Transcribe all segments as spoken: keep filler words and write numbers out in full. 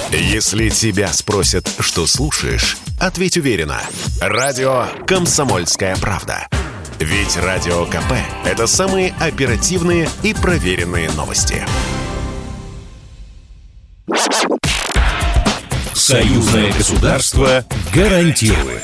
Если тебя спросят, что слушаешь, ответь уверенно. Радио «Комсомольская правда». Ведь Радио КП – это самые оперативные и проверенные новости. Союзное государство гарантирует.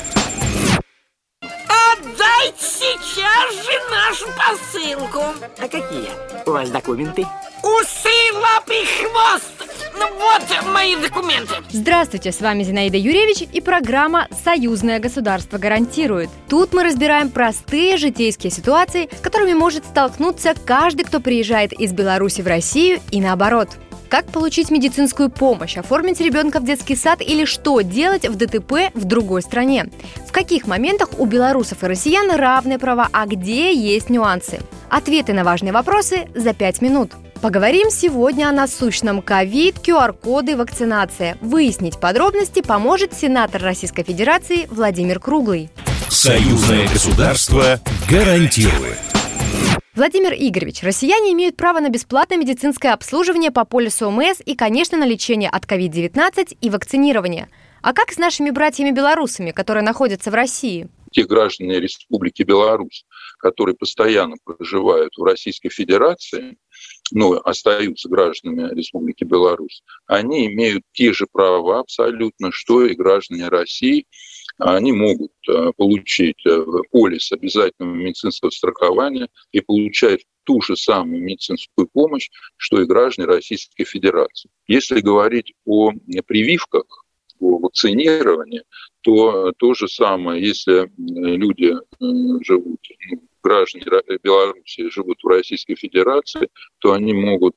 Отдайте сейчас же нашу посылку. А какие у вас документы? Усы, лапы, хвост. Ну вот мои документы. Здравствуйте, с вами Зинаида Юрьевич и программа «Союзное государство гарантирует». Тут мы разбираем простые житейские ситуации, с которыми может столкнуться каждый, кто приезжает из Беларуси в Россию и наоборот. Как получить медицинскую помощь, оформить ребенка в детский сад или что делать в ДТП в другой стране? В каких моментах у белорусов и россиян равные права, а где есть нюансы? Ответы на важные вопросы за пять минут. Поговорим сегодня о насущном ковид, ку ар-коды и вакцинации. Выяснить подробности поможет сенатор Российской Федерации Владимир Круглый. Союзное государство гарантирует. Владимир Игоревич, россияне имеют право на бесплатное медицинское обслуживание по полису эм эс и, конечно, на лечение от ковид девятнадцать и вакцинирование. А как с нашими братьями-белорусами, которые находятся в России? Те граждане Республики Беларусь, которые постоянно проживают в Российской Федерации, но остаются гражданами Республики Беларусь, они имеют те же права абсолютно, что и граждане России. Они могут получить полис обязательного медицинского страхования и получать ту же самую медицинскую помощь, что и граждане Российской Федерации. Если говорить о прививках, о вакцинировании, то то же самое, если люди живут, ну, граждане Беларуси живут в Российской Федерации, то они могут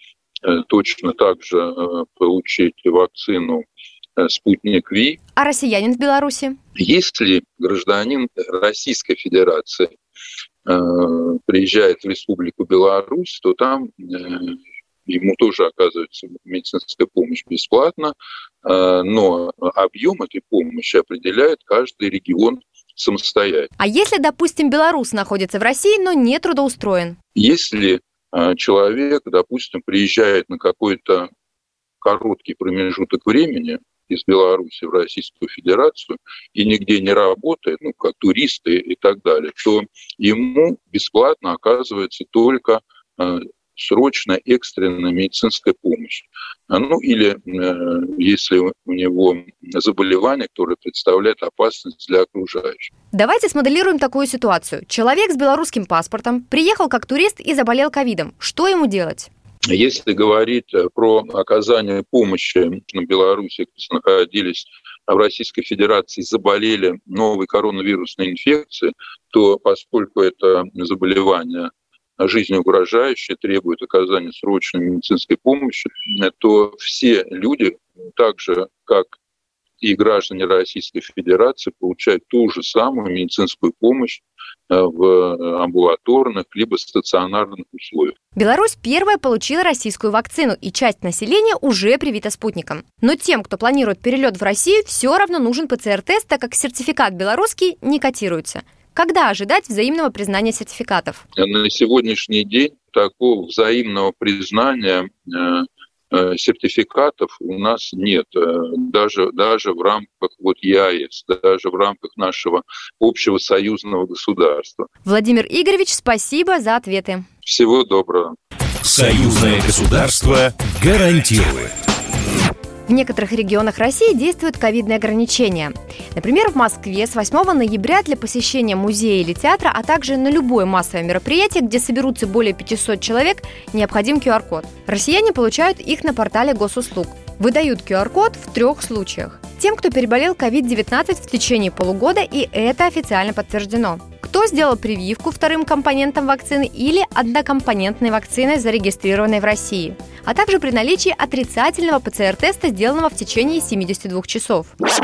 точно так же получить вакцину «Спутник Ви». А россиянин в Беларуси? Если гражданин Российской Федерации э, приезжает в Республику Беларусь, то там э, ему тоже оказывается медицинская помощь бесплатно, э, но объем этой помощи определяет каждый регион самостоятельно. А если, допустим, белорус находится в России, но не трудоустроен? Если э, человек, допустим, приезжает на какой-то короткий промежуток времени из Беларуси в Российскую Федерацию и нигде не работает, ну, как туристы и так далее, то ему бесплатно оказывается только э, срочная экстренная медицинская помощь. Ну, или э, если у него заболевание, которое представляет опасность для окружающих. Давайте смоделируем такую ситуацию. Человек с белорусским паспортом приехал как турист и заболел ковидом. Что ему делать? Если говорить про оказание помощи в Беларуси, которые находились в Российской Федерации, заболели новой коронавирусной инфекцией, то поскольку это заболевание жизнеугрожающее, требует оказания срочной медицинской помощи, то все люди, так же как и граждане Российской Федерации, получают ту же самую медицинскую помощь в амбулаторных либо стационарных условиях. Беларусь первая получила российскую вакцину, и часть населения уже привита спутником. Но тем, кто планирует перелет в Россию, все равно нужен пэ цэ эр-тест, так как сертификат белорусский не котируется. Когда ожидать взаимного признания сертификатов? На сегодняшний день такого взаимного признания сертификатов у нас нет, даже, даже в рамках вот ЕАЭС, даже в рамках нашего общего союзного государства. Владимир Игоревич, спасибо за ответы. Всего доброго. Союзное государство гарантирует. В некоторых регионах России действуют ковидные ограничения. Например, в Москве с восьмого ноября для посещения музея или театра, а также на любое массовое мероприятие, где соберутся более пятьсот человек, необходим ку ар-код. Россияне получают их на портале госуслуг. Выдают ку ар-код в трех случаях. Тем, кто переболел ковид девятнадцать в течение полугода, и это официально подтверждено. Кто сделал прививку вторым компонентом вакцины или однокомпонентной вакциной, зарегистрированной в России, а также при наличии отрицательного пэ цэ эр-теста, сделанного в течение семидесяти двух часов.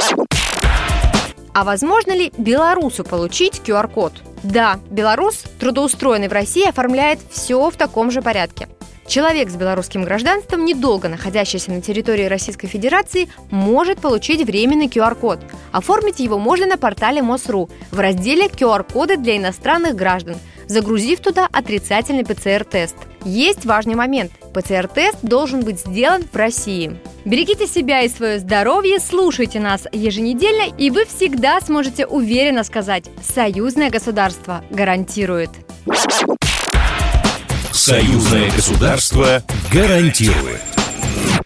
А возможно ли белорусу получить ку ар-код? Да, белорус, трудоустроенный в России, оформляет все в таком же порядке. Человек с белорусским гражданством, недолго находящийся на территории Российской Федерации, может получить временный ку ар-код. Оформить его можно на портале эм о эс точка ру в разделе «ку ар-коды для иностранных граждан», загрузив туда отрицательный пэ цэ эр-тест. Есть важный момент. ПЦР-тест должен быть сделан в России. Берегите себя и свое здоровье, слушайте нас еженедельно, и вы всегда сможете уверенно сказать: союзное государство гарантирует. Союзное государство гарантирует.